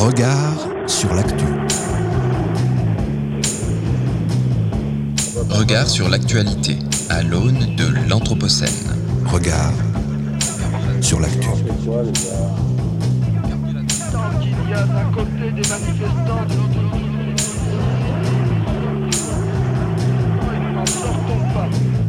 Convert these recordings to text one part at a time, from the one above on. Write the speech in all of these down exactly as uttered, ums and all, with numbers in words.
Regard sur l'actu. Regard sur l'actualité à l'aune de l'Anthropocène. Regard sur l'actu. Tant qu'il y a d'un côté des manifestants de l'autre côté, nous n'en sortons pas.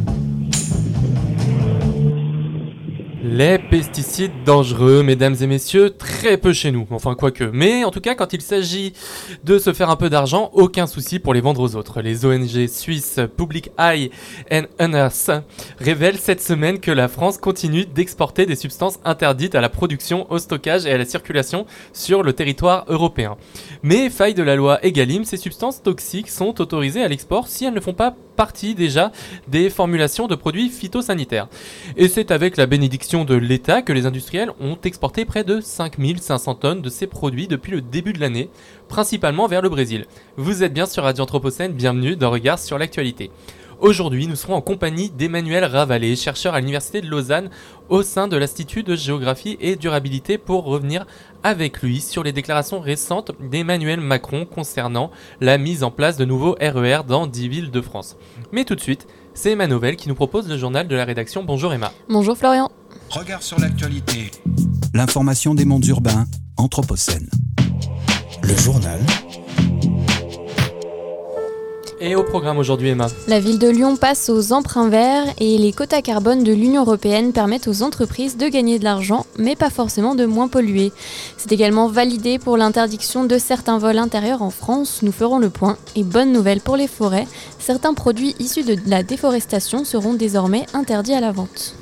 Les pesticides dangereux, mesdames et messieurs, très peu chez nous, enfin quoique. Mais en tout cas, quand il s'agit de se faire un peu d'argent, aucun souci pour les vendre aux autres. Les O N G suisses Public Eye and Others révèlent cette semaine que la France continue d'exporter des substances interdites à la production, au stockage et à la circulation sur le territoire européen. Mais faille de la loi Egalim, ces substances toxiques sont autorisées à l'export si elles ne font pas partie déjà des formulations de produits phytosanitaires. Et c'est avec la bénédiction de l'État que les industriels ont exporté près de cinq mille cinq cents tonnes de ces produits depuis le début de l'année, principalement vers le Brésil. Vous êtes bien sur Radio Anthropocène, bienvenue dans Regard sur l'actualité. Aujourd'hui, nous serons en compagnie d'Emmanuel Ravalet, chercheur à l'Université de Lausanne au sein de l'Institut de géographie et durabilité, pour revenir avec lui sur les déclarations récentes d'Emmanuel Macron concernant la mise en place de nouveaux R E R dans dix villes de France. Mais tout de suite, c'est Emma Novelle qui nous propose le journal de la rédaction. Bonjour Emma. Bonjour Florian. Regard sur l'actualité. L'information des mondes urbains, Anthropocène. Le journal. Et au programme aujourd'hui, Emma. La ville de Lyon passe aux emprunts verts et les quotas carbone de l'Union européenne permettent aux entreprises de gagner de l'argent, mais pas forcément de moins polluer. C'est également validé pour l'interdiction de certains vols intérieurs en France. Nous ferons le point. Et bonne nouvelle pour les forêts, certains produits issus de la déforestation seront désormais interdits à la vente.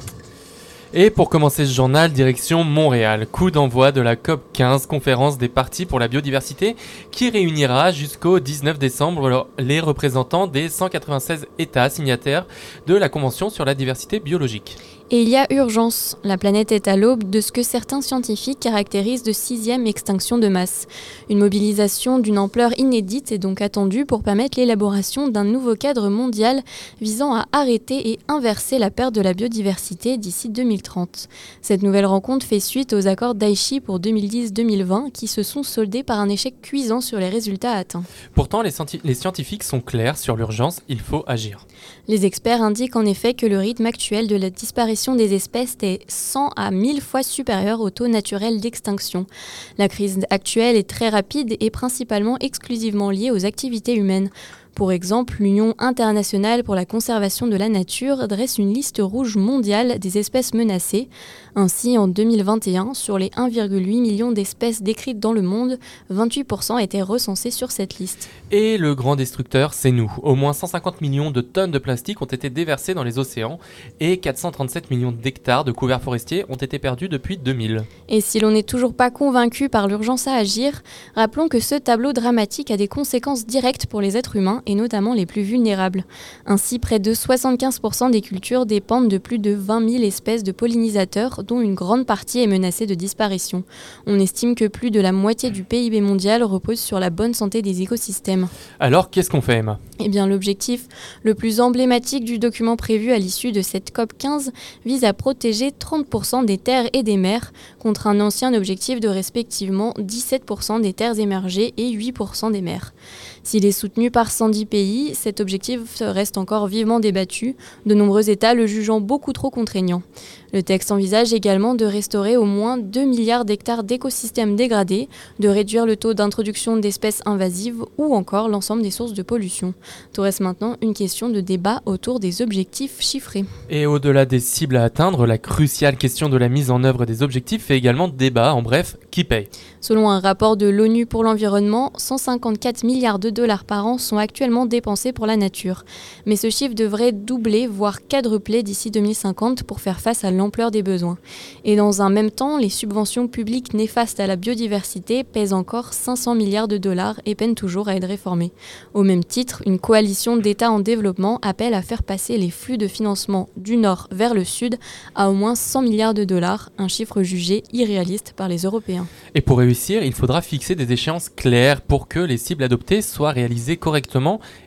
Et pour commencer ce journal, direction Montréal. Coup d'envoi de la C O P quinze, conférence des parties pour la biodiversité, qui réunira jusqu'au dix-neuf décembre les représentants des cent quatre-vingt-seize États signataires de la Convention sur la diversité biologique. Et il y a urgence. La planète est à l'aube de ce que certains scientifiques caractérisent de sixième extinction de masse. Une mobilisation d'une ampleur inédite est donc attendue pour permettre l'élaboration d'un nouveau cadre mondial visant à arrêter et inverser la perte de la biodiversité d'ici deux mille trente. Cette nouvelle rencontre fait suite aux accords d'Aichi pour deux mille dix deux mille vingt qui se sont soldés par un échec cuisant sur les résultats atteints. Pourtant, les, scienti- les scientifiques sont clairs sur l'urgence, il faut agir. Les experts indiquent en effet que le rythme actuel de la disparition des espèces est cent à mille fois supérieur au taux naturel d'extinction. La crise actuelle est très rapide et principalement exclusivement liée aux activités humaines. Pour exemple, l'Union internationale pour la conservation de la nature dresse une liste rouge mondiale des espèces menacées. Ainsi, en deux mille vingt et un, sur les un virgule huit million d'espèces décrites dans le monde, vingt-huit pour cent étaient recensés sur cette liste. Et le grand destructeur, c'est nous. Au moins cent cinquante millions de tonnes de plastique ont été déversées dans les océans et quatre cent trente-sept millions d'hectares de couverts forestiers ont été perdus depuis deux mille. Et si l'on n'est toujours pas convaincu par l'urgence à agir, rappelons que ce tableau dramatique a des conséquences directes pour les êtres humains et notamment les plus vulnérables. Ainsi, près de soixante-quinze pour cent des cultures dépendent de plus de vingt mille espèces de pollinisateurs, dont une grande partie est menacée de disparition. On estime que plus de la moitié du P I B mondial repose sur la bonne santé des écosystèmes. Alors, qu'est-ce qu'on fait, Emma ? Eh bien, l'objectif le plus emblématique du document prévu à l'issue de cette C O P quinze vise à protéger trente pour cent des terres et des mers, contre un ancien objectif de respectivement dix-sept pour cent des terres émergées et huit pour cent des mers. S'il est soutenu par cent dix pays, cet objectif reste encore vivement débattu, de nombreux États le jugeant beaucoup trop contraignant. Le texte envisage également de restaurer au moins deux milliards d'hectares d'écosystèmes dégradés, de réduire le taux d'introduction d'espèces invasives ou encore l'ensemble des sources de pollution. Tout reste maintenant une question de débat autour des objectifs chiffrés. Et au-delà des cibles à atteindre, la cruciale question de la mise en œuvre des objectifs fait également débat. En bref, qui paye ? Selon un rapport de l'ONU pour l'environnement, cent cinquante-quatre milliards de dollars par an sont actuellement dépensés pour la nature. Mais ce chiffre devrait doubler, voire quadrupler d'ici deux mille cinquante pour faire face à l'ampleur des besoins. Et dans un même temps, les subventions publiques néfastes à la biodiversité pèsent encore cinq cents milliards de dollars et peinent toujours à être réformées. Au même titre, une coalition d'États en développement appelle à faire passer les flux de financement du nord vers le sud à au moins cent milliards de dollars, un chiffre jugé irréaliste par les Européens. Et pour réussir, il faudra fixer des échéances claires pour que les cibles adoptées soient réalisées correctement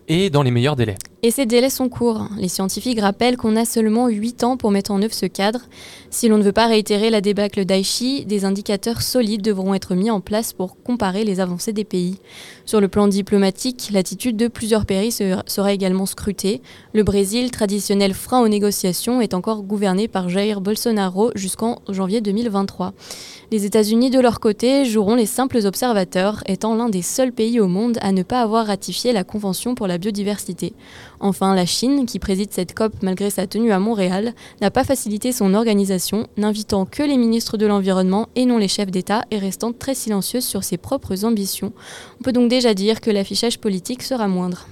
et dans les meilleurs délais. Et ces délais sont courts. Les scientifiques rappellent qu'on a seulement huit ans pour mettre en œuvre ce cadre. Si l'on ne veut pas réitérer la débâcle d'Aichi, des indicateurs solides devront être mis en place pour comparer les avancées des pays. Sur le plan diplomatique, l'attitude de plusieurs pays sera également scrutée. Le Brésil, traditionnel frein aux négociations, est encore gouverné par Jair Bolsonaro jusqu'en janvier deux mille vingt-trois. Les États-Unis, de leur côté, joueront les simples observateurs, étant l'un des seuls pays au monde à ne pas avoir ratifié la Convention pour la biodiversité. Enfin, la Chine, qui préside cette COP malgré sa tenue à Montréal, n'a pas facilité son organisation, n'invitant que les ministres de l'Environnement et non les chefs d'État et restant très silencieuse sur ses propres ambitions. On peut donc déjà dire que l'affichage politique sera moindre.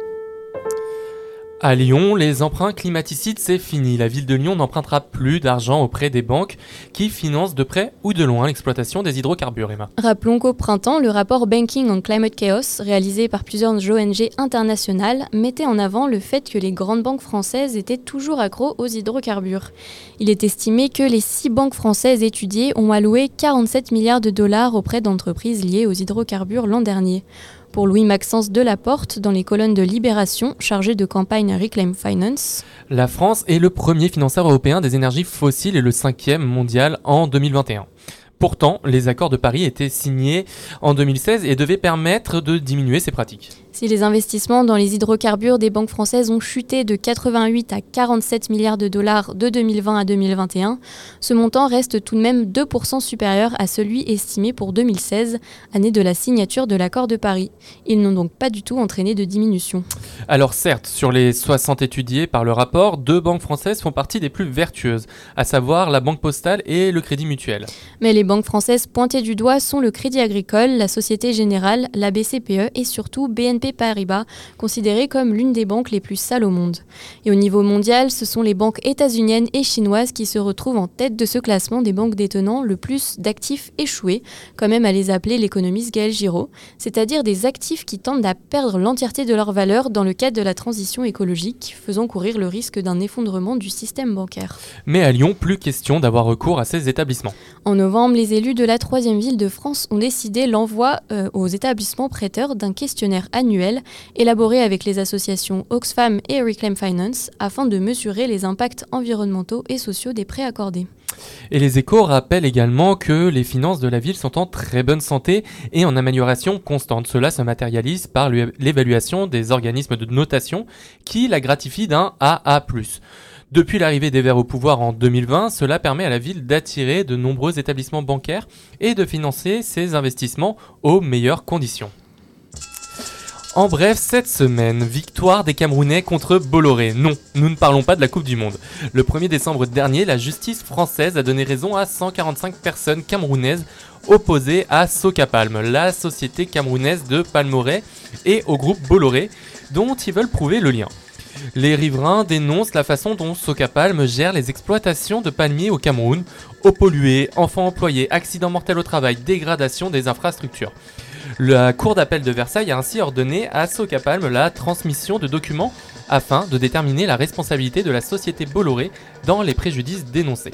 À Lyon, les emprunts climaticides, c'est fini. La ville de Lyon n'empruntera plus d'argent auprès des banques qui financent de près ou de loin l'exploitation des hydrocarbures, Emma. Rappelons qu'au printemps, le rapport Banking on Climate Chaos, réalisé par plusieurs O N G internationales, mettait en avant le fait que les grandes banques françaises étaient toujours accros aux hydrocarbures. Il est estimé que les six banques françaises étudiées ont alloué quarante-sept milliards de dollars auprès d'entreprises liées aux hydrocarbures l'an dernier. Pour Louis-Maxence Delaporte, dans les colonnes de Libération, chargé de campagne Reclaim Finance, la France est le premier financeur européen des énergies fossiles et le cinquième mondial en deux mille vingt et un. Pourtant, les accords de Paris étaient signés en deux mille seize et devaient permettre de diminuer ces pratiques. Si les investissements dans les hydrocarbures des banques françaises ont chuté de quatre-vingt-huit à quarante-sept milliards de dollars de deux mille vingt à deux mille vingt et un, ce montant reste tout de même deux pour cent supérieur à celui estimé pour deux mille seize, année de la signature de l'accord de Paris. Ils n'ont donc pas du tout entraîné de diminution. Alors certes, sur les soixante étudiés par le rapport, deux banques françaises font partie des plus vertueuses, à savoir la Banque Postale et le Crédit Mutuel. Mais les banques françaises pointées du doigt sont le Crédit Agricole, la Société Générale, la B C P E et surtout B N P Paribas, considérée comme l'une des banques les plus sales au monde. Et au niveau mondial, ce sont les banques états-uniennes et chinoises qui se retrouvent en tête de ce classement des banques détenant le plus d'actifs échoués, quand même à les appeler l'économiste Gaël Giraud, c'est-à-dire des actifs qui tendent à perdre l'entièreté de leur valeur dans le cadre de la transition écologique, faisant courir le risque d'un effondrement du système bancaire. Mais à Lyon, plus question d'avoir recours à ces établissements. En novembre, les élus de la troisième ville de France ont décidé l'envoi euh, aux établissements prêteurs d'un questionnaire annuel élaboré avec les associations Oxfam et Reclaim Finance afin de mesurer les impacts environnementaux et sociaux des prêts accordés. Et les Échos rappellent également que les finances de la ville sont en très bonne santé et en amélioration constante. Cela se matérialise par l'évaluation des organismes de notation qui la gratifient d'un A A plus. Depuis l'arrivée des Verts au pouvoir en deux mille vingt, cela permet à la ville d'attirer de nombreux établissements bancaires et de financer ses investissements aux meilleures conditions. En bref, cette semaine, victoire des Camerounais contre Bolloré. Non, nous ne parlons pas de la Coupe du Monde. Le premier décembre dernier, la justice française a donné raison à cent quarante-cinq personnes camerounaises opposées à Socapalm, la société camerounaise de Palmeraie, et au groupe Bolloré, dont ils veulent prouver le lien. Les riverains dénoncent la façon dont Socapalm gère les exploitations de palmiers au Cameroun, eau polluée, enfants employés, accidents mortels au travail, dégradation des infrastructures. La Cour d'appel de Versailles a ainsi ordonné à Socapalm la transmission de documents afin de déterminer la responsabilité de la société Bolloré dans les préjudices dénoncés.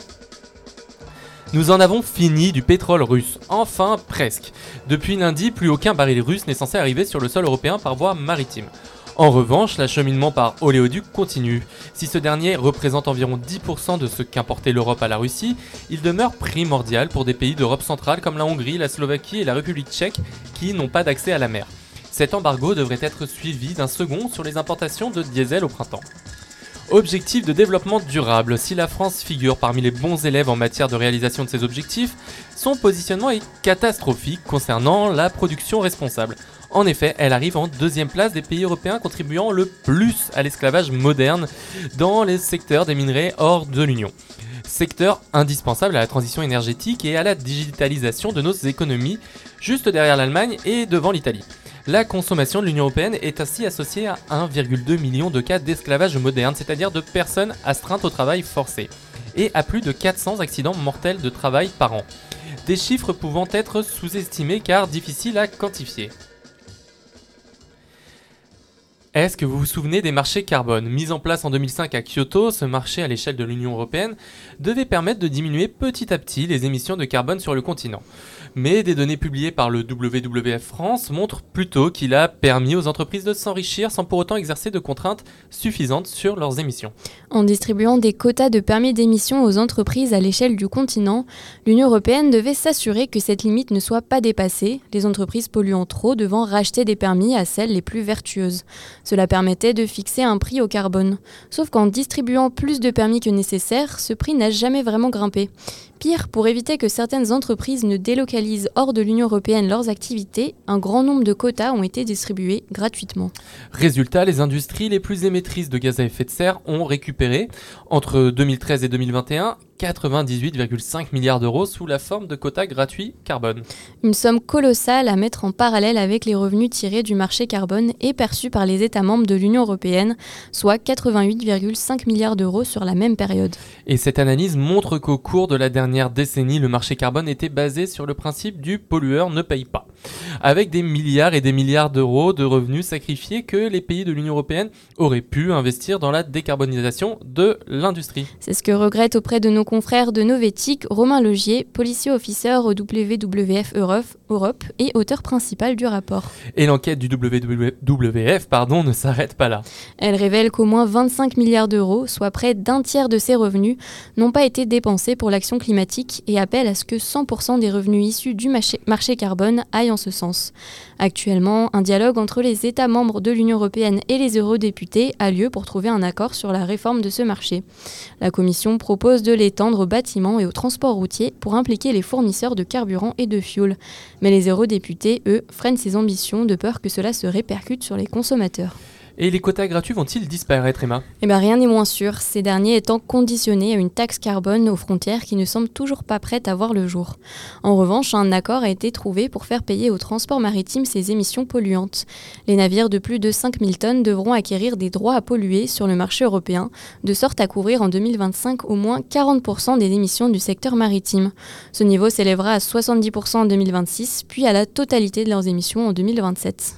Nous en avons fini du pétrole russe, enfin presque. Depuis lundi, plus aucun baril russe n'est censé arriver sur le sol européen par voie maritime. En revanche, l'acheminement par oléoduc continue. Si ce dernier représente environ dix pour cent de ce qu'importait l'Europe à la Russie, il demeure primordial pour des pays d'Europe centrale comme la Hongrie, la Slovaquie et la République tchèque qui n'ont pas d'accès à la mer. Cet embargo devrait être suivi d'un second sur les importations de diesel au printemps. Objectif de développement durable. Si la France figure parmi les bons élèves en matière de réalisation de ses objectifs, son positionnement est catastrophique concernant la production responsable. En effet, elle arrive en deuxième place des pays européens contribuant le plus à l'esclavage moderne dans les secteurs des minerais hors de l'Union. Secteur indispensable à la transition énergétique et à la digitalisation de nos économies, juste derrière l'Allemagne et devant l'Italie. La consommation de l'Union européenne est ainsi associée à un virgule deux million de cas d'esclavage moderne, c'est-à-dire de personnes astreintes au travail forcé, et à plus de quatre cents accidents mortels de travail par an. Des chiffres pouvant être sous-estimés car difficiles à quantifier. Est-ce que vous vous souvenez des marchés carbone ? Mis en place en deux mille cinq à Kyoto, ce marché à l'échelle de l'Union européenne devait permettre de diminuer petit à petit les émissions de carbone sur le continent. Mais des données publiées par le W W F France montrent plutôt qu'il a permis aux entreprises de s'enrichir sans pour autant exercer de contraintes suffisantes sur leurs émissions. En distribuant des quotas de permis d'émission aux entreprises à l'échelle du continent, l'Union européenne devait s'assurer que cette limite ne soit pas dépassée, les entreprises polluant trop devant racheter des permis à celles les plus vertueuses. Cela permettait de fixer un prix au carbone. Sauf qu'en distribuant plus de permis que nécessaire, ce prix n'a jamais vraiment grimpé. Pire, pour éviter que certaines entreprises ne délocalisent hors de l'Union européenne leurs activités, un grand nombre de quotas ont été distribués gratuitement. Résultat, les industries les plus émettrices de gaz à effet de serre ont récupéré, entre deux mille treize et deux mille vingt et un, quatre-vingt-dix-huit virgule cinq milliards d'euros sous la forme de quotas gratuits carbone. Une somme colossale à mettre en parallèle avec les revenus tirés du marché carbone et perçus par les États membres de l'Union européenne, soit quatre-vingt-huit virgule cinq milliards d'euros sur la même période. Et cette analyse montre qu'au cours de la dernière décennie, le marché carbone était basé sur le principe du pollueur ne paye pas, avec des milliards et des milliards d'euros de revenus sacrifiés que les pays de l'Union européenne auraient pu investir dans la décarbonisation de l'industrie. C'est ce que regrette auprès de nos confrères de Novetic, Romain Logier, policier officer au W W F Europe et auteur principal du rapport. Et l'enquête du W W F pardon, ne s'arrête pas là. Elle révèle qu'au moins vingt-cinq milliards d'euros, soit près d'un tiers de ces revenus, n'ont pas été dépensés pour l'action climatique et appelle à ce que cent pour cent des revenus issus du marché, marché carbone aillent en ce sens. Actuellement, un dialogue entre les États membres de l'Union européenne et les eurodéputés a lieu pour trouver un accord sur la réforme de ce marché. La Commission propose de l'étendre aux bâtiments et au transport routier pour impliquer les fournisseurs de carburant et de fioul. Mais les eurodéputés, eux, freinent ces ambitions de peur que cela se répercute sur les consommateurs. Et les quotas gratuits vont-ils disparaître, Emma ? Eh bien, rien n'est moins sûr, ces derniers étant conditionnés à une taxe carbone aux frontières qui ne semble toujours pas prête à voir le jour. En revanche, un accord a été trouvé pour faire payer au transport maritime ses émissions polluantes. Les navires de plus de cinq mille tonnes devront acquérir des droits à polluer sur le marché européen, de sorte à couvrir en deux mille vingt-cinq au moins quarante pour cent des émissions du secteur maritime. Ce niveau s'élèvera à soixante-dix pour cent en deux mille vingt-six, puis à la totalité de leurs émissions en deux mille vingt-sept.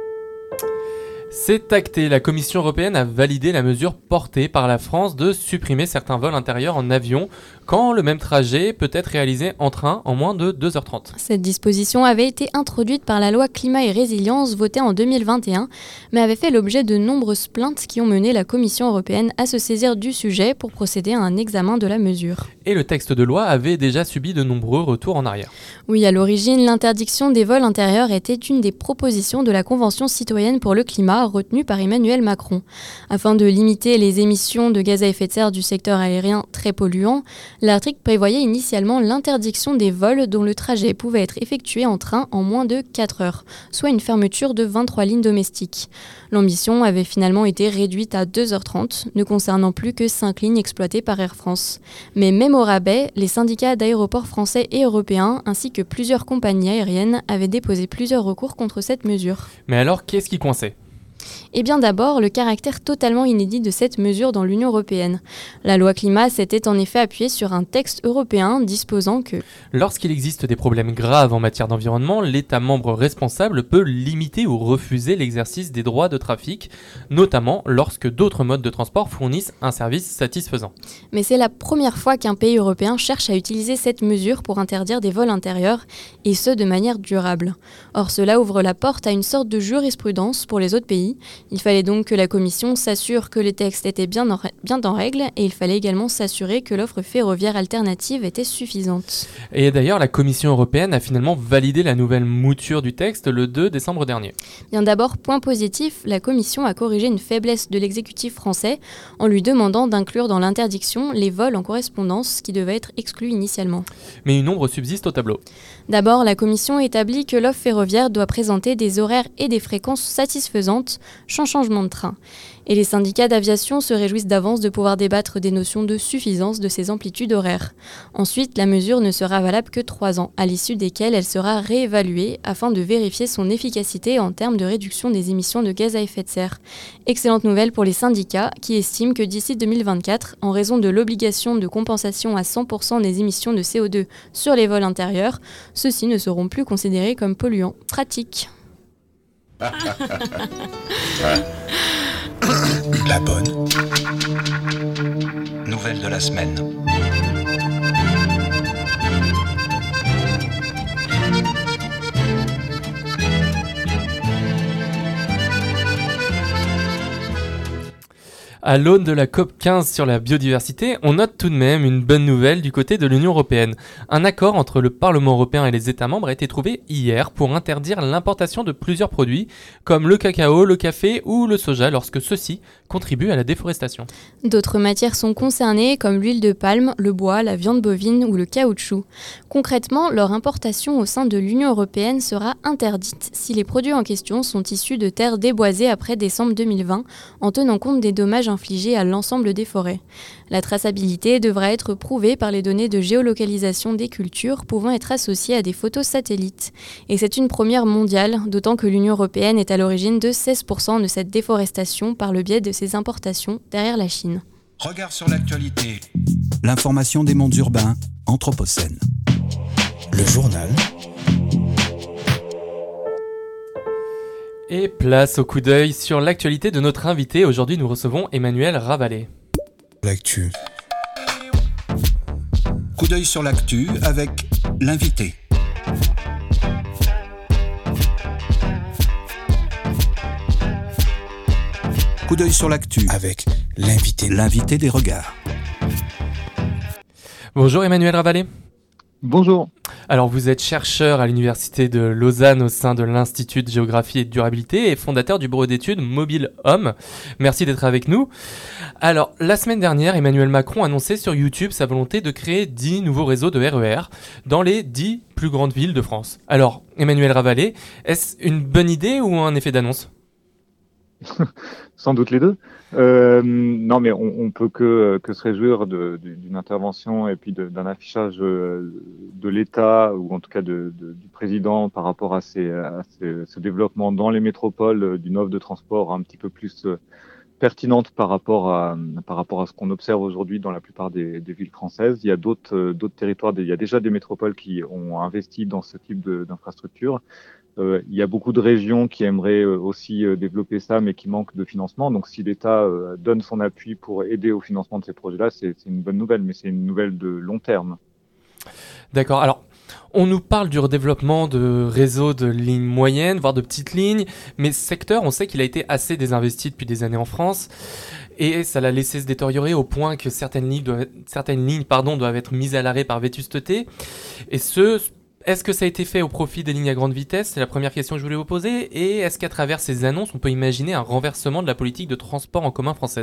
C'est acté, la Commission européenne a validé la mesure portée par la France de supprimer certains vols intérieurs en avion quand le même trajet peut être réalisé en train en moins de deux heures trente. Cette disposition avait été introduite par la loi Climat et Résilience votée en deux mille vingt et un, mais avait fait l'objet de nombreuses plaintes qui ont mené la Commission européenne à se saisir du sujet pour procéder à un examen de la mesure. Et le texte de loi avait déjà subi de nombreux retours en arrière. Oui, à l'origine, l'interdiction des vols intérieurs était une des propositions de la Convention citoyenne pour le climat retenue par Emmanuel Macron. Afin de limiter les émissions de gaz à effet de serre du secteur aérien très polluant, l'article prévoyait initialement l'interdiction des vols dont le trajet pouvait être effectué en train en moins de quatre heures, soit une fermeture de vingt-trois lignes domestiques. L'ambition avait finalement été réduite à deux heures trente, ne concernant plus que cinq lignes exploitées par Air France. Mais même au rabais, les syndicats d'aéroports français et européens, ainsi que plusieurs compagnies aériennes, avaient déposé plusieurs recours contre cette mesure. Mais alors, qu'est-ce qui coinçait ? Eh bien d'abord, le caractère totalement inédit de cette mesure dans l'Union européenne. La loi climat s'était en effet appuyée sur un texte européen disposant que lorsqu'il existe des problèmes graves en matière d'environnement, l'État membre responsable peut limiter ou refuser l'exercice des droits de trafic, notamment lorsque d'autres modes de transport fournissent un service satisfaisant. Mais c'est la première fois qu'un pays européen cherche à utiliser cette mesure pour interdire des vols intérieurs, et ce de manière durable. Or cela ouvre la porte à une sorte de jurisprudence pour les autres pays. Il fallait donc que la Commission s'assure que les textes étaient bien en, bien en règle et il fallait également s'assurer que l'offre ferroviaire alternative était suffisante. Et d'ailleurs, la Commission européenne a finalement validé la nouvelle mouture du texte le deux décembre dernier. Bien d'abord, point positif, la Commission a corrigé une faiblesse de l'exécutif français en lui demandant d'inclure dans l'interdiction les vols en correspondance qui devaient être exclus initialement. Mais une ombre subsiste au tableau. D'abord, la Commission établit que l'offre ferroviaire doit présenter des horaires et des fréquences satisfaisantes sans changement de train. Et les syndicats d'aviation se réjouissent d'avance de pouvoir débattre des notions de suffisance de ces amplitudes horaires. Ensuite, la mesure ne sera valable que trois ans, à l'issue desquels elle sera réévaluée afin de vérifier son efficacité en termes de réduction des émissions de gaz à effet de serre. Excellente nouvelle pour les syndicats qui estiment que d'ici deux mille vingt-quatre, en raison de l'obligation de compensation à cent pour cent des émissions de C O deux sur les vols intérieurs, ceux-ci ne seront plus considérés comme polluants. Pratique. La bonne nouvelle de la semaine. À l'aune de la COP quinze sur la biodiversité, on note tout de même une bonne nouvelle du côté de l'Union européenne. Un accord entre le Parlement européen et les États membres a été trouvé hier pour interdire l'importation de plusieurs produits comme le cacao, le café ou le soja lorsque ceux-ci contribuent à la déforestation. D'autres matières sont concernées comme l'huile de palme, le bois, la viande bovine ou le caoutchouc. Concrètement, leur importation au sein de l'Union européenne sera interdite si les produits en question sont issus de terres déboisées après décembre deux mille vingt en tenant compte des dommages infligés à l'ensemble des forêts. La traçabilité devra être prouvée par les données de géolocalisation des cultures pouvant être associées à des photos satellites. Et c'est une première mondiale, d'autant que l'Union européenne est à l'origine de seize pour cent de cette déforestation par le biais de ses importations derrière la Chine. Regard sur l'actualité. L'information des mondes urbains, Anthropocène. Le journal. Et place au coup d'œil sur l'actualité de notre invité. Aujourd'hui, nous recevons Emmanuel Ravalet. L'actu. Coup d'œil sur l'actu avec l'invité. Coup d'œil sur l'actu avec l'invité. L'invité des regards. Bonjour Emmanuel Ravalet. Bonjour. Alors vous êtes chercheur à l'université de Lausanne au sein de l'Institut de géographie et de durabilité et fondateur du bureau d'études Mobile Homme. Merci d'être avec nous. Alors la semaine dernière, Emmanuel Macron annonçait sur YouTube sa volonté de créer dix nouveaux réseaux de R E R dans les dix plus grandes villes de France. Alors Emmanuel Ravalet, est-ce une bonne idée ou un effet d'annonce ? Sans doute les deux. Euh, non, mais on, on peut que, que se réjouir de, de, d'une intervention et puis de, d'un affichage de l'État ou en tout cas de, de, du président par rapport à, ces, à ces, ce développement dans les métropoles d'une offre de transport un petit peu plus pertinente par rapport à, par rapport à ce qu'on observe aujourd'hui dans la plupart des, des villes françaises. Il y a d'autres, d'autres territoires, il y a déjà des métropoles qui ont investi dans ce type de, d'infrastructures. Euh, il y a beaucoup de régions qui aimeraient euh, aussi euh, développer ça, mais qui manquent de financement. Donc, si l'État euh, donne son appui pour aider au financement de ces projets-là, c'est, c'est une bonne nouvelle, mais c'est une nouvelle de long terme. D'accord. Alors, on nous parle du redéveloppement de réseaux de lignes moyennes, voire de petites lignes, mais ce secteur, on sait qu'il a été assez désinvesti depuis des années en France, et ça l'a laissé se détériorer au point que certaines lignes doivent, certaines lignes, pardon, doivent être mises à l'arrêt par vétusteté, et ce... Est-ce que ça a été fait au profit des lignes à grande vitesse ? C'est la première question que je voulais vous poser. Et est-ce qu'à travers ces annonces, on peut imaginer un renversement de la politique de transport en commun française ?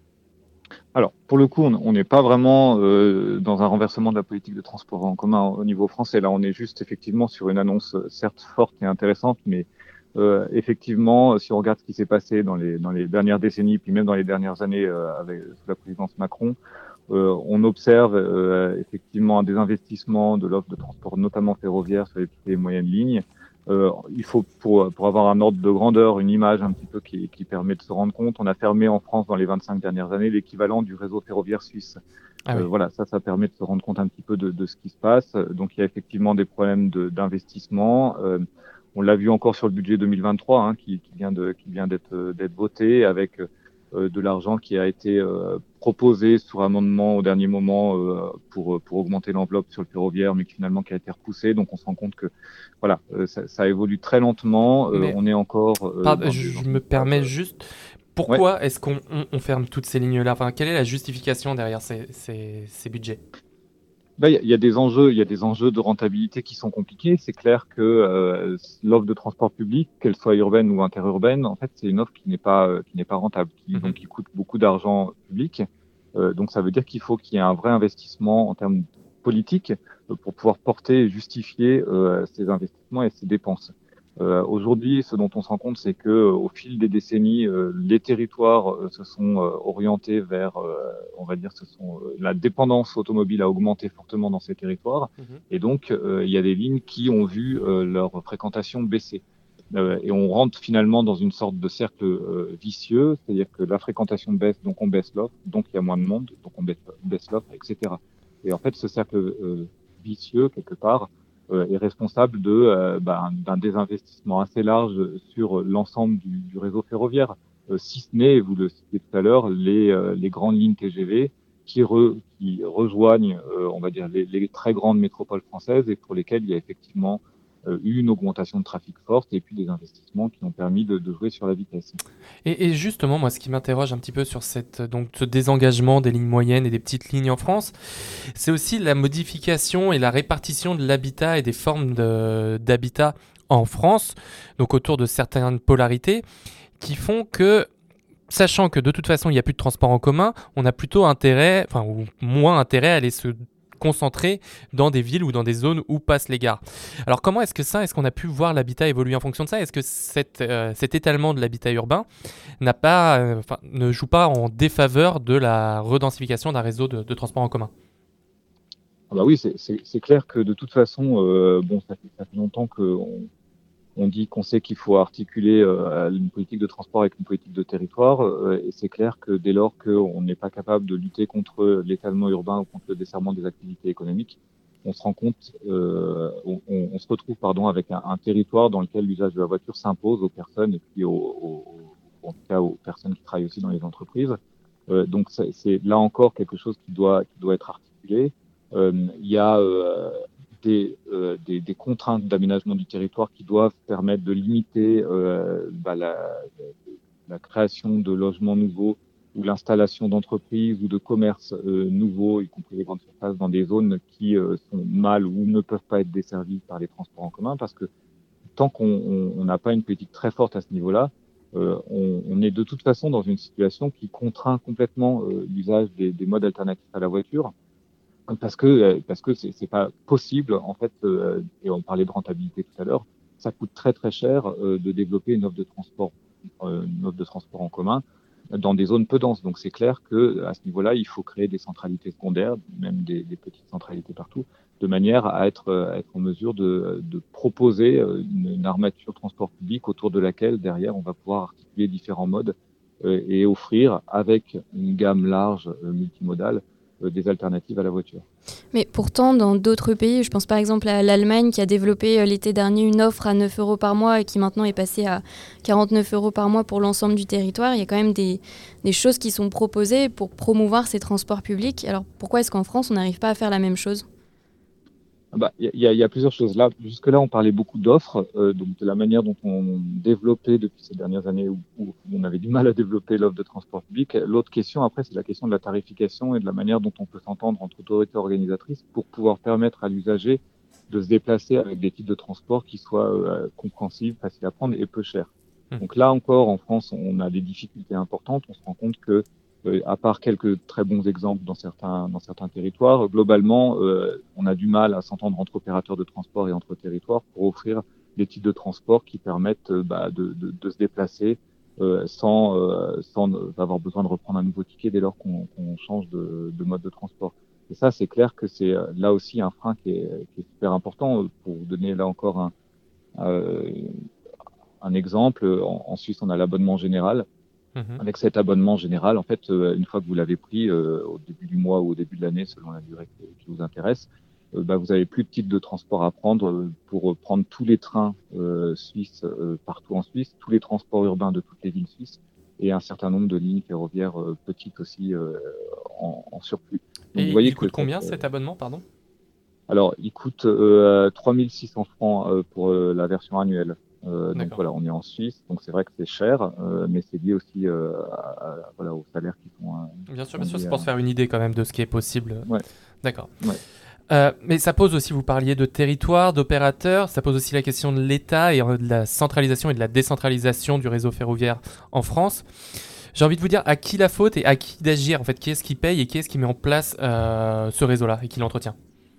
Alors, pour le coup, on n'est pas vraiment euh, dans un renversement de la politique de transport en commun au niveau français. Là, on est juste effectivement sur une annonce certes forte et intéressante, mais euh, effectivement, si on regarde ce qui s'est passé dans les, dans les dernières décennies, puis même dans les dernières années euh, avec sous la présidence Macron, Euh, on observe euh, effectivement un désinvestissement de l'offre de transport, notamment ferroviaire, sur les petites et moyennes lignes. Euh, il faut, pour, pour avoir un ordre de grandeur, une image un petit peu qui, qui permet de se rendre compte, on a fermé en France dans les vingt-cinq dernières années l'équivalent du réseau ferroviaire suisse. Ah oui. euh, voilà, ça, ça permet de se rendre compte un petit peu de, de ce qui se passe. Donc, il y a effectivement des problèmes de, d'investissement. Euh, on l'a vu encore sur le budget deux mille vingt-trois, hein, qui, qui vient de, qui vient d'être, d'être voté avec de l'argent qui a été euh, proposé sur amendement au dernier moment euh, pour pour augmenter l'enveloppe sur le ferroviaire, mais qui finalement qui a été repoussé. Donc on se rend compte que voilà, euh, ça, ça évolue très lentement. Euh, on est encore. Euh, pardon, je, je me permets euh, juste. Pourquoi ouais. est-ce qu'on on, on ferme toutes ces lignes-là ? Enfin, quelle est la justification derrière ces ces, ces budgets ? Ben, il y, y a des enjeux, il y a des enjeux de rentabilité qui sont compliqués. C'est clair que euh, l'offre de transport public, qu'elle soit urbaine ou interurbaine, en fait, c'est une offre qui n'est pas euh, qui n'est pas rentable, qui, mm-hmm. donc qui coûte beaucoup d'argent public. Euh, donc ça veut dire qu'il faut qu'il y ait un vrai investissement en termes politiques euh, pour pouvoir porter et justifier euh, ces investissements et ces dépenses. Euh, aujourd'hui, ce dont on se rend compte, c'est que euh, au fil des décennies, euh, les territoires euh, se sont euh, orientés vers, euh, on va dire, ce sont euh, la dépendance automobile a augmenté fortement dans ces territoires, mmh. et donc euh, il y a des lignes qui ont vu euh, leur fréquentation baisser. Euh, et on rentre finalement dans une sorte de cercle euh, vicieux, c'est-à-dire que la fréquentation baisse, donc on baisse l'offre, donc il y a moins de monde, donc on baisse, baisse l'offre, et cetera. Et en fait, ce cercle euh, vicieux, quelque part, euh, est responsable de, euh, bah, d'un désinvestissement assez large sur l'ensemble du, du réseau ferroviaire, euh, si ce n'est, vous le citiez tout à l'heure, les, euh, les grandes lignes T G V qui, re, qui rejoignent, euh, on va dire, les, les très grandes métropoles françaises et pour lesquelles il y a effectivement euh, eu une augmentation de trafic forte et puis des investissements qui ont permis de, de jouer sur la vitesse. Et, et justement, moi, ce qui m'interroge un petit peu sur cette, donc, ce désengagement des lignes moyennes et des petites lignes en France, c'est aussi la modification et la répartition de l'habitat et des formes de, d'habitat en France, donc autour de certaines polarités, qui font que, sachant que de toute façon il n'y a plus de transport en commun, on a plutôt intérêt, enfin ou moins intérêt à aller se concentrer dans des villes ou dans des zones où passent les gares. Alors comment est-ce que ça, est-ce qu'on a pu voir l'habitat évoluer en fonction de ça ? Est-ce que cette, euh, cet étalement de l'habitat urbain n'a pas, euh, ne joue pas en défaveur de la redensification d'un réseau de, de transport en commun ? Ah bah oui, c'est, c'est, c'est clair que de toute façon, euh, bon, ça fait, ça fait longtemps qu'on on dit qu'on sait qu'il faut articuler euh, une politique de transport avec une politique de territoire, euh, et c'est clair que dès lors qu'on n'est pas capable de lutter contre l'étalement urbain ou contre le desserrement des activités économiques, on se rend compte, euh, on, on se retrouve pardon avec un, un territoire dans lequel l'usage de la voiture s'impose aux personnes et puis aux, aux, en tout cas aux personnes qui travaillent aussi dans les entreprises. Euh, donc c'est, c'est là encore quelque chose qui doit qui doit être articulé. Euh, il y a euh, Des, euh, des, des contraintes d'aménagement du territoire qui doivent permettre de limiter euh, bah, la, la création de logements nouveaux ou l'installation d'entreprises ou de commerces euh, nouveaux, y compris les grandes surfaces, dans des zones qui euh, sont mal ou ne peuvent pas être desservies par les transports en commun, parce que tant qu'on n'a pas une politique très forte à ce niveau-là, euh, on, on est de toute façon dans une situation qui contraint complètement euh, l'usage des, des modes alternatifs à la voiture. Parce que parce que c'est, c'est pas possible en fait, euh, et on parlait de rentabilité tout à l'heure, ça coûte très très cher euh, de développer une offre de transport, euh, une offre de transport en commun dans des zones peu denses. Donc c'est clair que à ce niveau-là, il faut créer des centralités secondaires, même des, des petites centralités partout, de manière à être à être en mesure de, de proposer une, une armature transport public autour de laquelle derrière on va pouvoir articuler différents modes euh, et offrir avec une gamme large euh, multimodale des alternatives à la voiture. Mais pourtant, dans d'autres pays, je pense par exemple à l'Allemagne qui a développé euh, l'été dernier une offre à neuf euros par mois et qui maintenant est passée à quarante-neuf euros par mois pour l'ensemble du territoire. Il y a quand même des, des choses qui sont proposées pour promouvoir ces transports publics. Alors pourquoi est-ce qu'en France, on n'arrive pas à faire la même chose ? Bah, il y a, y a plusieurs choses. Là, jusque-là, on parlait beaucoup d'offres, euh, donc de la manière dont on développait depuis ces dernières années où, où on avait du mal à développer l'offre de transport public. L'autre question, après, c'est la question de la tarification et de la manière dont on peut s'entendre entre autorités organisatrices pour pouvoir permettre à l'usager de se déplacer avec des types de transport qui soient euh, compréhensibles, faciles à prendre et peu chers. Mmh. Donc là encore, en France, on a des difficultés importantes. On se rend compte que Euh, à part quelques très bons exemples dans certains dans certains territoires, globalement, euh, on a du mal à s'entendre entre opérateurs de transport et entre territoires pour offrir des types de transport qui permettent euh, bah, de, de, de se déplacer euh, sans euh, sans avoir besoin de reprendre un nouveau ticket dès lors qu'on, qu'on change de, de mode de transport. Et ça, c'est clair que c'est là aussi un frein qui est, qui est super important. Pour vous donner là encore un euh, un exemple, en, en Suisse, on a l'abonnement général. Mmh. Avec cet abonnement général, en fait, euh, une fois que vous l'avez pris euh, au début du mois ou au début de l'année, selon la durée qui, qui vous intéresse, euh, bah, vous avez plus de titres de transport à prendre euh, pour prendre tous les trains euh, suisses euh, partout en Suisse, tous les transports urbains de toutes les villes suisses et un certain nombre de lignes ferroviaires euh, petites aussi euh, en, en surplus. Donc, et vous voyez il coûte combien cet abonnement, pardon ? Alors, il coûte euh, trois mille six cents francs euh, pour euh, la version annuelle. Euh, donc voilà, on est en Suisse, donc c'est vrai que c'est cher, euh, mais c'est lié aussi euh, à, à, voilà, aux salaires qui sont... Euh, bien sûr, bien sûr, c'est pour se faire une idée quand même de ce qui est possible. Ouais. D'accord. Ouais. Euh, mais ça pose aussi, vous parliez de territoire, d'opérateurs, ça pose aussi la question de l'État et de la centralisation et de la décentralisation du réseau ferroviaire en France. J'ai envie de vous dire à qui la faute et à qui d'agir, en fait, qui est-ce qui paye et qui est-ce qui met en place euh, ce réseau-là et qui l'entretient ?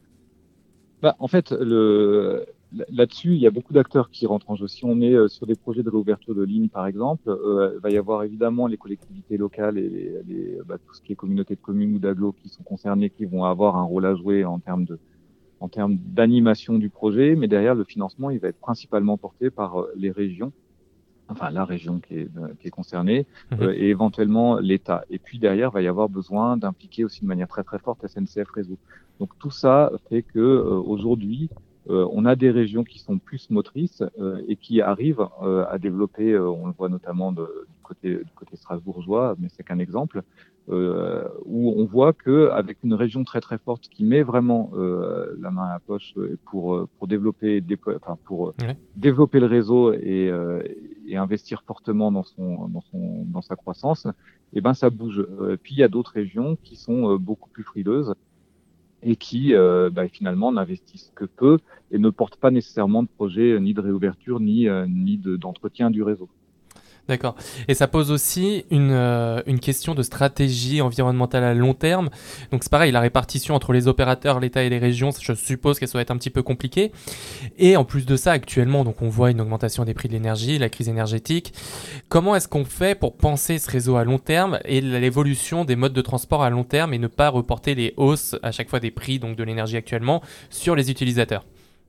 Bah, en fait, le... là-dessus, il y a beaucoup d'acteurs qui rentrent en jeu. Si on est euh, sur des projets de réouverture de lignes, par exemple, euh, il va y avoir évidemment les collectivités locales et les, les, bah, tout ce qui est communauté de communes ou d'agglos qui sont concernés, qui vont avoir un rôle à jouer en termes de, en termes d'animation du projet. Mais derrière, le financement, il va être principalement porté par euh, les régions, enfin la région qui est, euh, qui est concernée, mmh. euh, et éventuellement l'État. Et puis derrière, il va y avoir besoin d'impliquer aussi de manière très très forte S N C F Réseau. Donc tout ça fait que euh, aujourd'hui, euh, on a des régions qui sont plus motrices euh, et qui arrivent euh, à développer, euh, on le voit notamment de, du, côté, du côté strasbourgeois, mais c'est qu'un exemple, euh, où on voit qu'avec une région très très forte qui met vraiment euh, la main à la poche pour, pour, développer, déployer, enfin, pour ouais. développer le réseau et, euh, et investir fortement dans, son, dans, son, dans sa croissance, et ben ça bouge. Euh, puis il y a d'autres régions qui sont euh, beaucoup plus frileuses et qui euh, bah, finalement n'investissent que peu et ne portent pas nécessairement de projet ni de réouverture ni, euh, ni de, d'entretien du réseau. D'accord. Et ça pose aussi une, euh, une question de stratégie environnementale à long terme. Donc c'est pareil, la répartition entre les opérateurs, l'État et les régions, je suppose qu'elle doit être un petit peu compliquée. Et en plus de ça, actuellement, donc on voit une augmentation des prix de l'énergie, la crise énergétique. Comment est-ce qu'on fait pour penser ce réseau à long terme et l'évolution des modes de transport à long terme et ne pas reporter les hausses à chaque fois des prix donc de l'énergie actuellement sur les utilisateurs ?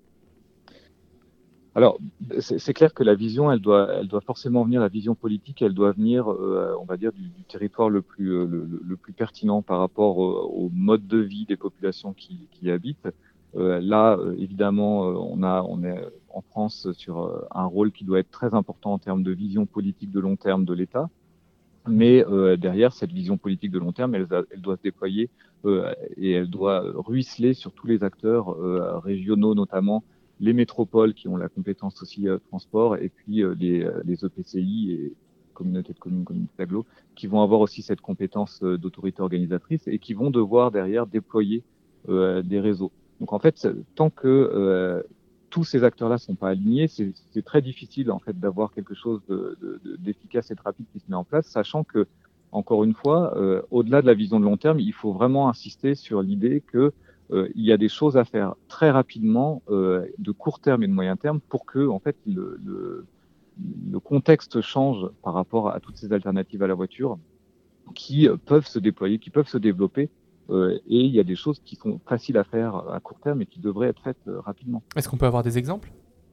Alors, c'est, c'est clair que la vision, elle doit, elle doit forcément venir, la vision politique, elle doit venir, euh, on va dire, du, du territoire le plus, euh, le, le plus pertinent par rapport au, au mode de vie des populations qui, qui y habitent. Euh, là, euh, évidemment, euh, on a, on est en France sur euh, un rôle qui doit être très important en termes de vision politique de long terme de l'État. Mais euh, derrière, cette vision politique de long terme, elle, elle doit se déployer euh, et elle doit ruisseler sur tous les acteurs euh, régionaux notamment, les métropoles qui ont la compétence aussi euh, transport, et puis euh, les, euh, les E P C I et communautés de communes, communautés d'agglo, qui vont avoir aussi cette compétence euh, d'autorité organisatrice et qui vont devoir derrière déployer euh, des réseaux. Donc en fait, tant que euh, tous ces acteurs-là sont pas alignés, c'est, c'est très difficile en fait d'avoir quelque chose de, de, de, d'efficace et de rapide qui se met en place, sachant que, encore une fois, euh, au-delà de la vision de long terme, il faut vraiment insister sur l'idée que Euh, il y a des choses à faire très rapidement, euh, de court terme et de moyen terme, pour que en fait le, le, le contexte change par rapport à toutes ces alternatives à la voiture, qui euh, peuvent se déployer, qui peuvent se développer. Euh, et il y a des choses qui sont faciles à faire à court terme et qui devraient être faites euh, rapidement. Est-ce qu'on peut avoir des exemples ?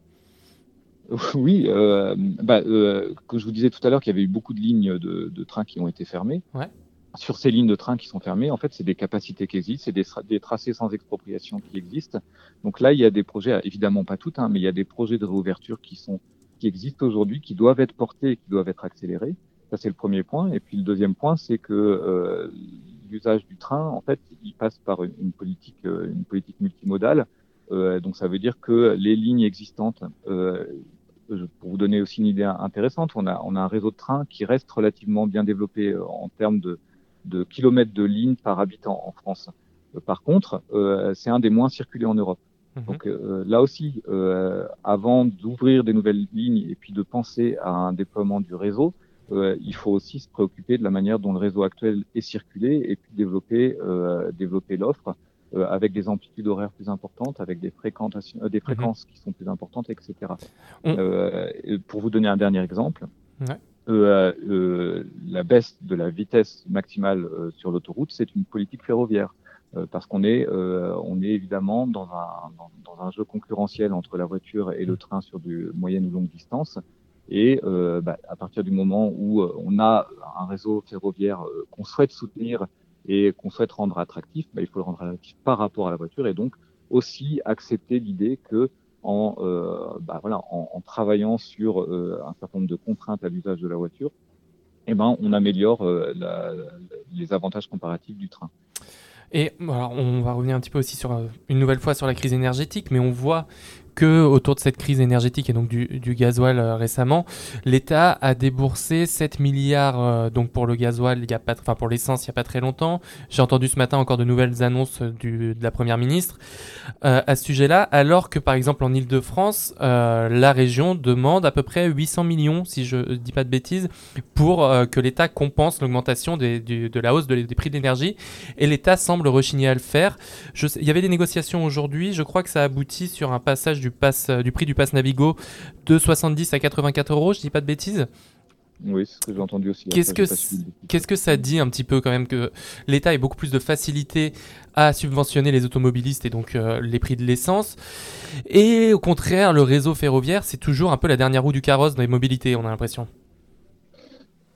Oui, euh, bah, euh, que je vous disais tout à l'heure qu'il y avait eu beaucoup de lignes de, de trains qui ont été fermées. Ouais. Sur ces lignes de train qui sont fermées, en fait, c'est des capacités qui existent, c'est des, des tracés sans expropriation qui existent. Donc là, il y a des projets, évidemment pas toutes, hein, mais il y a des projets de réouverture qui sont, qui existent aujourd'hui, qui doivent être portés et qui doivent être accélérés. Ça, c'est le premier point. Et puis le deuxième point, c'est que euh, l'usage du train, en fait, il passe par une politique, euh, une politique multimodale. Euh, donc ça veut dire que les lignes existantes, euh, pour vous donner aussi une idée intéressante, on a, on a un réseau de trains qui reste relativement bien développé en termes de de kilomètres de lignes par habitant en France. Euh, par contre, euh, c'est un des moins circulés en Europe. Mmh. Donc euh, là aussi, euh, avant d'ouvrir des nouvelles lignes et puis de penser à un déploiement du réseau, euh, il faut aussi se préoccuper de la manière dont le réseau actuel est circulé et puis développer, euh, développer l'offre euh, avec des amplitudes horaires plus importantes, avec des, fréquentations, euh, des fréquences mmh. qui sont plus importantes, et cetera. Mmh. Euh, pour vous donner un dernier exemple, ouais. Euh, euh, la baisse de la vitesse maximale euh, sur l'autoroute, c'est une politique ferroviaire, euh, parce qu'on est, euh, on est évidemment dans un, dans, dans un jeu concurrentiel entre la voiture et le train sur du moyenne ou longue distance. Et euh, bah, à partir du moment où euh, on a un réseau ferroviaire euh, qu'on souhaite soutenir et qu'on souhaite rendre attractif, bah, il faut le rendre attractif par rapport à la voiture et donc aussi accepter l'idée que En, euh, bah voilà, en, en travaillant sur euh, un certain nombre de contraintes à l'usage de la voiture, eh ben, on améliore euh, la, la, les avantages comparatifs du train. Et alors, on va revenir un petit peu aussi sur, une nouvelle fois sur la crise énergétique, mais on voit que autour de cette crise énergétique et donc du, du gasoil euh, récemment, l'État a déboursé sept milliards euh, donc pour le gasoil, il y a pas, enfin pour l'essence il n'y a pas très longtemps. J'ai entendu ce matin encore de nouvelles annonces du, de la Première ministre euh, à ce sujet-là, alors que par exemple en Île-de-France, euh, la région demande à peu près huit cents millions, si je ne dis pas de bêtises, pour euh, que l'État compense l'augmentation des, du, de la hausse de, des prix de l'énergie, et l'État semble rechigner à le faire. Je sais, il y avait des négociations aujourd'hui, je crois que ça aboutit sur un passage du, pass, du prix du pass Navigo de soixante-dix à quatre-vingt-quatre euros, je dis pas de bêtises. Oui, c'est ce que j'ai entendu aussi. Qu'est-ce Après, que, qu'est-ce que ça dit un petit peu quand même que l'État ait beaucoup plus de facilité à subventionner les automobilistes et donc euh, les prix de l'essence, et au contraire le réseau ferroviaire c'est toujours un peu la dernière roue du carrosse dans les mobilités, on a l'impression.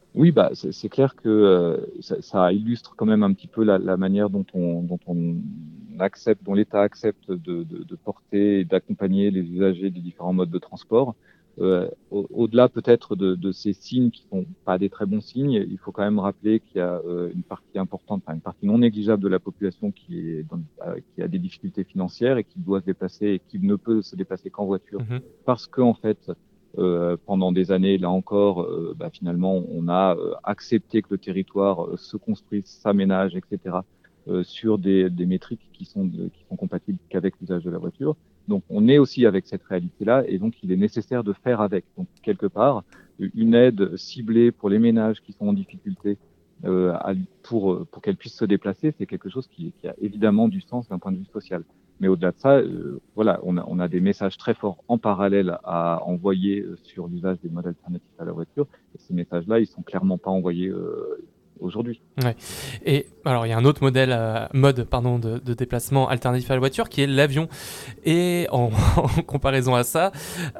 Oui, bah, c'est, c'est clair que euh, ça, ça illustre quand même un petit peu la, la manière dont on, dont on accepte, dont l'État accepte de, de, de porter et d'accompagner les usagers des différents modes de transport. Euh, au, au-delà peut-être de, de ces signes qui sont pas des très bons signes, il faut quand même rappeler qu'il y a euh, une partie importante, enfin une partie non négligeable de la population qui est dans, euh, qui a des difficultés financières et qui doit se déplacer et qui ne peut se déplacer qu'en voiture Mhm. parce que en fait euh, pendant des années, là encore, euh, bah, finalement, on a euh, accepté que le territoire euh, se construise, s'aménage, et cetera, euh, sur des, des métriques qui sont, de, qui sont compatibles qu'avec l'usage de la voiture. Donc, on est aussi avec cette réalité-là, et donc il est nécessaire de faire avec. Donc, quelque part, une aide ciblée pour les ménages qui sont en difficulté euh, à, pour, pour qu'elles puissent se déplacer, c'est quelque chose qui, qui a évidemment du sens d'un point de vue social. Mais au-delà de ça, euh, voilà, on a, on a des messages très forts en parallèle à envoyer euh, sur l'usage des modes alternatifs à la voiture. Et ces messages-là, ils sont clairement pas envoyés euh, aujourd'hui. Ouais. Et alors, il y a un autre modèle, euh, mode pardon, de, de déplacement alternatif à la voiture qui est l'avion. Et en, en comparaison à ça,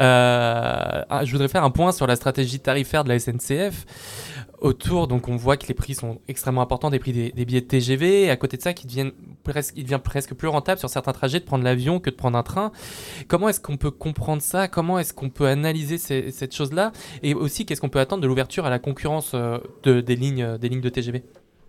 euh, je voudrais faire un point sur la stratégie tarifaire de la S N C F. Autour, donc on voit que les prix sont extrêmement importants, des prix des, des billets de T G V, et à côté de ça, qu'il deviennent presque, il devient presque plus rentable sur certains trajets de prendre l'avion que de prendre un train. Comment est-ce qu'on peut comprendre ça? Comment est-ce qu'on peut analyser ces, cette chose-là? Et aussi, qu'est-ce qu'on peut attendre de l'ouverture à la concurrence euh, de, des, lignes, des lignes de T G V?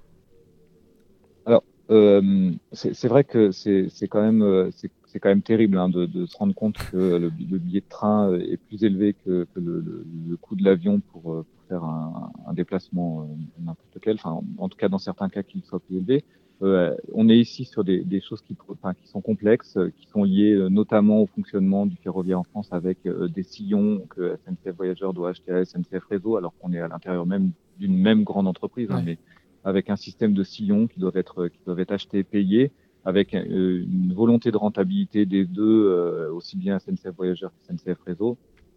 Alors, euh, c'est, c'est vrai que c'est, c'est quand même, euh, c'est, c'est quand même terrible hein, de, de se rendre compte que le, le billet de train est plus élevé que, que le, le, le coût de l'avion pour, pour faire un, un déplacement euh, n'importe quel. Enfin, en, en tout cas, dans certains cas, qu'il soit plus élevé. Euh, on est ici sur des, des choses qui, enfin, qui sont complexes, qui sont liées euh, notamment au fonctionnement du ferroviaire en France avec euh, des sillons que S N C F Voyageurs doit acheter à S N C F Réseau, alors qu'on est à l'intérieur même d'une même grande entreprise. Ouais. Hein, mais avec un système de sillons qui doivent être qui doivent être achetés et payés, avec euh, une volonté de rentabilité des deux, euh, aussi bien S N C F Voyageurs que S N C F Réseau,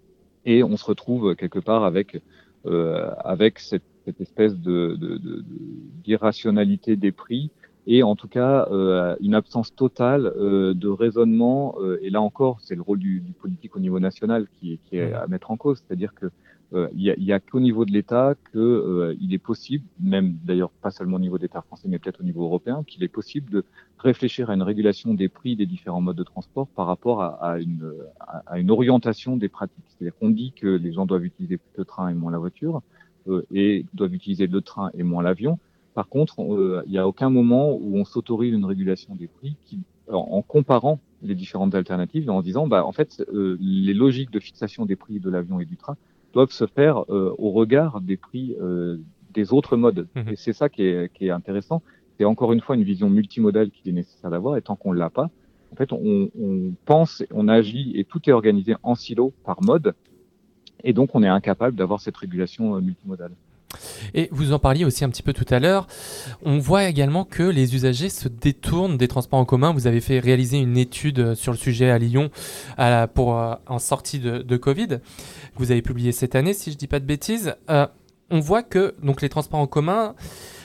et on se retrouve quelque part avec euh, avec cette, cette espèce de, de, de, d'irrationalité des prix et en tout cas euh, une absence totale euh, de raisonnement. Euh, et là encore, c'est le rôle du, du politique au niveau national qui, qui est à mettre en cause, c'est-à-dire que Euh, il y a, y a qu'au niveau de l'État que euh, il est possible, même d'ailleurs pas seulement au niveau de l'État français, mais peut-être au niveau européen, qu'il est possible de réfléchir à une régulation des prix des différents modes de transport par rapport à, à, une, à, à une orientation des pratiques. C'est-à-dire qu'on dit que les gens doivent utiliser plus le train et moins la voiture, euh, et doivent utiliser le train et moins l'avion. Par contre, euh, il n'y a aucun moment où on s'autorise une régulation des prix qui, en, en comparant les différentes alternatives, en se disant, bah, en fait, euh, les logiques de fixation des prix de l'avion et du train doivent se faire euh, au regard des prix euh, des autres modes. Mmh. Et c'est ça qui est, qui est intéressant. C'est encore une fois une vision multimodale qu'il est nécessaire d'avoir. Et tant qu'on l'a pas, en fait, on, on pense, on agit et tout est organisé en silo par mode. Et donc, on est incapable d'avoir cette régulation euh, multimodale. Et vous en parliez aussi un petit peu tout à l'heure. On voit également que les usagers se détournent des transports en commun. Vous avez fait réaliser une étude sur le sujet à Lyon à la, pour, euh, en sortie de, de Covid, que vous avez publié cette année, si je ne dis pas de bêtises. Euh, on voit que donc, les transports en commun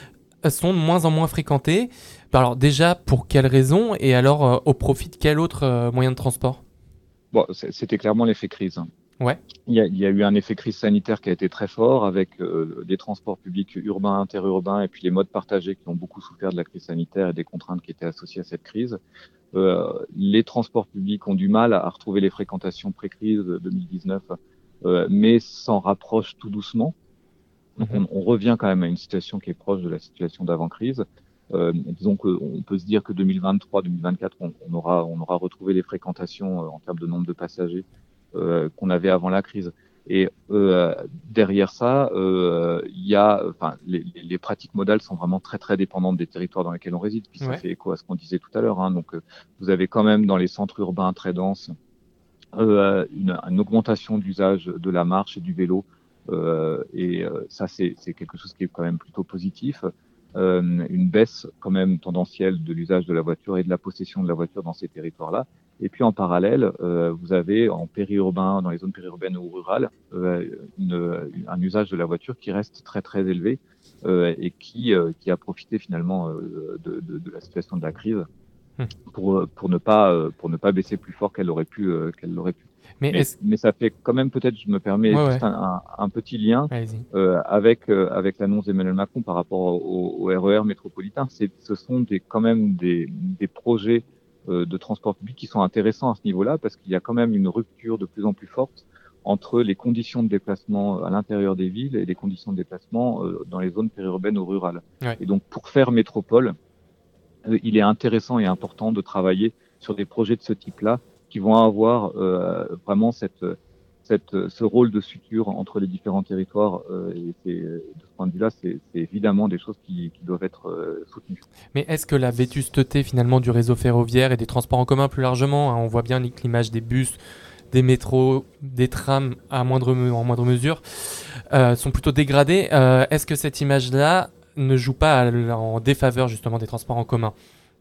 sont de moins en moins fréquentés. Alors déjà, pour quelles raisons? Et alors, euh, au profit de quel autre euh, moyen de transport? Bon, c'était clairement l'effet crise. Ouais. Il y, a, il y a eu un effet crise sanitaire qui a été très fort avec euh, les transports publics urbains, interurbains et puis les modes partagés qui ont beaucoup souffert de la crise sanitaire et des contraintes qui étaient associées à cette crise. Euh, les transports publics ont du mal à retrouver les fréquentations pré-crise deux mille dix-neuf, euh, mais s'en rapprochent tout doucement. Donc on, on revient quand même à une situation qui est proche de la situation d'avant-crise. Euh, disons qu'on peut se dire que deux mille vingt-trois deux mille vingt-quatre, on, on, aura, on aura retrouvé les fréquentations euh, en termes de nombre de passagers Euh, qu'on avait avant la crise. Et euh, derrière ça, euh, il y a, enfin, les, les pratiques modales sont vraiment très très dépendantes des territoires dans lesquels on réside. Puis ça ouais. fait écho à ce qu'on disait tout à l'heure. Hein. Donc, euh, vous avez quand même dans les centres urbains très denses euh, une, une augmentation d'usage de la marche et du vélo. Euh, et euh, ça, c'est, c'est quelque chose qui est quand même plutôt positif. Euh, une baisse quand même tendancielle de l'usage de la voiture et de la possession de la voiture dans ces territoires-là. Et puis en parallèle, euh, vous avez en périurbain, dans les zones périurbaines ou rurales, euh, une, un usage de la voiture qui reste très très élevé euh, et qui, euh, qui a profité finalement euh, de, de, de la situation de la crise pour, pour, ne, pas, pour ne pas baisser plus fort qu'elle aurait pu. Euh, qu'elle l'aurait pu. Mais, mais, mais ça fait quand même peut-être, je me permets, ouais, juste ouais. un, un, un petit lien euh, avec euh, avec l'annonce d'Emmanuel Macron par rapport au, au R E R métropolitain. C'est, ce sont des, quand même des, des projets euh, de transport public qui sont intéressants à ce niveau-là, parce qu'il y a quand même une rupture de plus en plus forte entre les conditions de déplacement à l'intérieur des villes et les conditions de déplacement euh, dans les zones périurbaines ou rurales. Ouais. Et donc, pour faire métropole, euh, il est intéressant et important de travailler sur des projets de ce type-là qui vont avoir euh, vraiment cette, cette, ce rôle de suture entre les différents territoires. Euh, et c'est, de ce point de vue-là, c'est, c'est évidemment des choses qui, qui doivent être euh, soutenues. Mais est-ce que la vétusteté finalement du réseau ferroviaire et des transports en commun plus largement, hein, on voit bien l'image des bus, des métros, des trams à moindre, en moindre mesure, euh, sont plutôt dégradés. Euh, est-ce que cette image-là ne joue pas à, en défaveur justement des transports en commun ?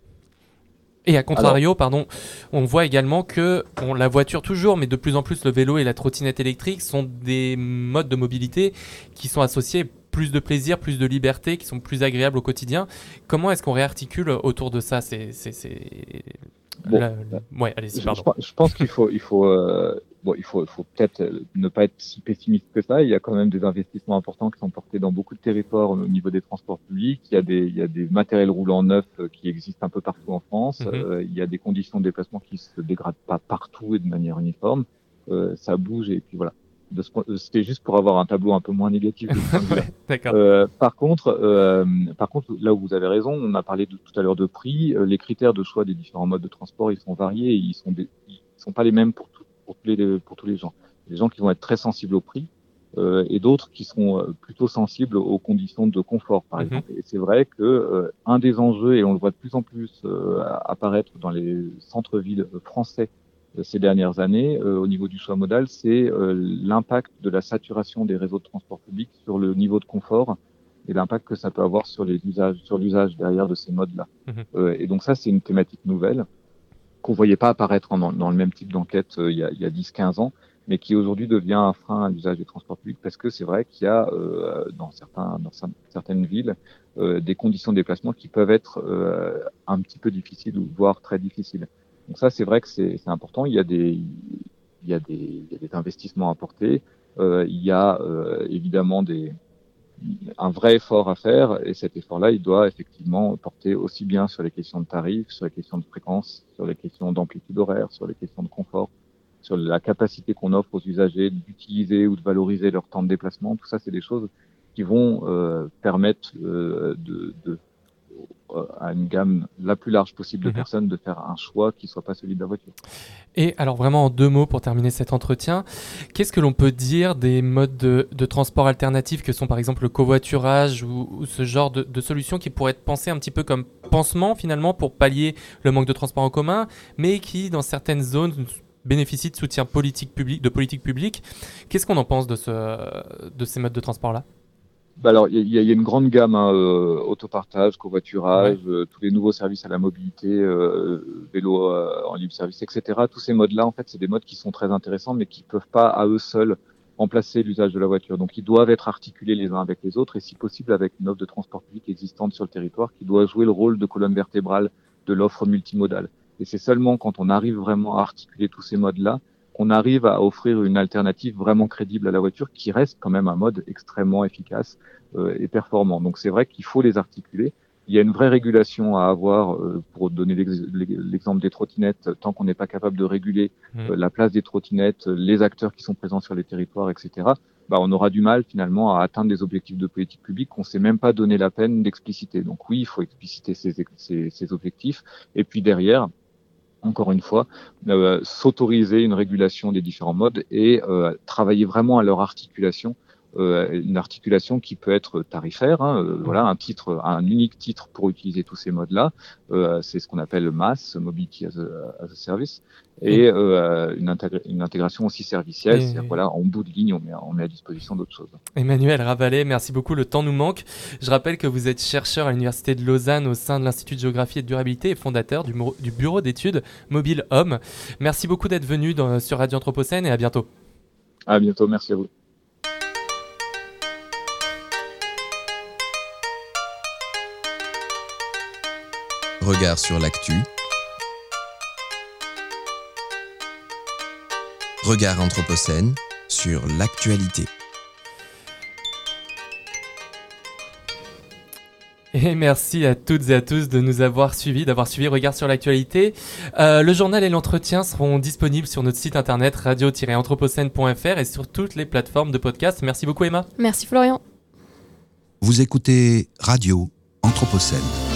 Et à contrario, Alors, pardon, on voit également que bon, la voiture toujours, mais de plus en plus le vélo et la trottinette électrique sont des modes de mobilité qui sont associés plus de plaisir, plus de liberté, qui sont plus agréables au quotidien. Comment est-ce qu'on réarticule autour de ça ? C'est, c'est, c'est... Bon, la... ouais, allez-y, pardon. Je, je pense qu'il faut, il faut, euh, bon, il faut, il faut peut-être ne pas être si pessimiste que ça. Il y a quand même des investissements importants qui sont portés dans beaucoup de territoires au niveau des transports publics. Il y a des, il y a des matériels roulants neufs qui existent un peu partout en France. Mm-hmm. Euh, il y a des conditions de déplacement qui se dégradent pas partout et de manière uniforme. Euh, ça bouge et puis voilà. De ce point, c'était juste pour avoir un tableau un peu moins négatif. D'accord. Euh, par contre, euh, par contre, là où vous avez raison, on a parlé de, tout à l'heure de prix. Euh, les critères de choix des différents modes de transport, ils sont variés. Et ils sont, des, ils sont pas les mêmes pour, tout, pour tous les, pour tous les gens. Les gens qui vont être très sensibles au prix euh, et d'autres qui seront plutôt sensibles aux conditions de confort, par mm-hmm. exemple. Et c'est vrai que euh, un des enjeux, et on le voit de plus en plus euh, apparaître dans les centres-villes français ces dernières années, euh, au niveau du choix modal, c'est euh, l'impact de la saturation des réseaux de transport public sur le niveau de confort et l'impact que ça peut avoir sur les usages, sur l'usage derrière de ces modes-là. Mmh. Euh, et donc ça, c'est une thématique nouvelle qu'on voyait pas apparaître en, dans le même type d'enquête euh, il y a, il y a dix quinze ans, mais qui aujourd'hui devient un frein à l'usage des transports publics parce que c'est vrai qu'il y a euh, dans certains, dans certaines villes euh, des conditions de déplacement qui peuvent être euh, un petit peu difficiles ou voire très difficiles. Donc ça, c'est vrai que c'est, c'est important. Il y a des, il y a des, il y a des investissements à porter. Euh, il y a euh, évidemment des, un vrai effort à faire, et cet effort-là, il doit effectivement porter aussi bien sur les questions de tarifs, sur les questions de fréquence, sur les questions d'amplitude horaire, sur les questions de confort, sur la capacité qu'on offre aux usagers d'utiliser ou de valoriser leur temps de déplacement. Tout ça, c'est des choses qui vont euh, permettre euh, de, de à une gamme la plus large possible de mmh. personnes de faire un choix qui ne soit pas celui de la voiture. Et alors vraiment en deux mots pour terminer cet entretien, qu'est-ce que l'on peut dire des modes de, de transport alternatifs que sont par exemple le covoiturage ou, ou ce genre de, de solutions qui pourraient être pensées un petit peu comme pansement finalement pour pallier le manque de transport en commun, mais qui dans certaines zones bénéficient de soutien politique public, de politique publique. Qu'est-ce qu'on en pense de, ce, de ces modes de transport-là ? Bah alors, il y, y a une grande gamme, hein, euh, autopartage, covoiturage, ouais. euh, tous les nouveaux services à la mobilité, euh, vélo euh, en libre service, et cetera. Tous ces modes-là, en fait, c'est des modes qui sont très intéressants, mais qui peuvent pas à eux seuls remplacer l'usage de la voiture. Donc, ils doivent être articulés les uns avec les autres, et si possible avec une offre de transport public existante sur le territoire, qui doit jouer le rôle de colonne vertébrale de l'offre multimodale. Et c'est seulement quand on arrive vraiment à articuler tous ces modes-là qu'on arrive à offrir une alternative vraiment crédible à la voiture qui reste quand même un mode extrêmement efficace euh, et performant. Donc c'est vrai qu'il faut les articuler. Il y a une vraie régulation à avoir euh, pour donner l'ex- l'exemple des trottinettes. Tant qu'on n'est pas capable de réguler euh, la place des trottinettes, les acteurs qui sont présents sur les territoires, et cetera, bah, on aura du mal finalement à atteindre des objectifs de politique publique qu'on ne s'est même pas donné la peine d'expliciter. Donc oui, il faut expliciter ces, ces, ces objectifs. Et puis derrière, encore une fois, euh, s'autoriser une régulation des différents modes et euh, travailler vraiment à leur articulation, euh, une articulation qui peut être tarifaire, hein, euh, voilà, un titre, un unique titre pour utiliser tous ces modes-là, euh, c'est ce qu'on appelle le M A S, Mobility as a, as a Service, et euh, une, intégra- une intégration aussi servicielle, et... c'est-à-dire voilà, en bout de ligne, on met, on met à disposition d'autres choses. Emmanuel Ravalet, merci beaucoup, le temps nous manque. Je rappelle que vous êtes chercheur à l'Université de Lausanne au sein de l'Institut de géographie et de durabilité et fondateur du, mo- du bureau d'études Mobile Homme. Merci beaucoup d'être venu dans, sur Radio Anthropocène et à bientôt. À bientôt, merci à vous. Regard sur l'actu. Regard Anthropocène sur l'actualité. Et merci à toutes et à tous de nous avoir suivis, d'avoir suivi Regard sur l'actualité. Euh, le journal et l'entretien seront disponibles sur notre site internet radio tiret anthropocène point f r et sur toutes les plateformes de podcast. Merci beaucoup Emma. Merci Florian. Vous écoutez Radio Anthropocène.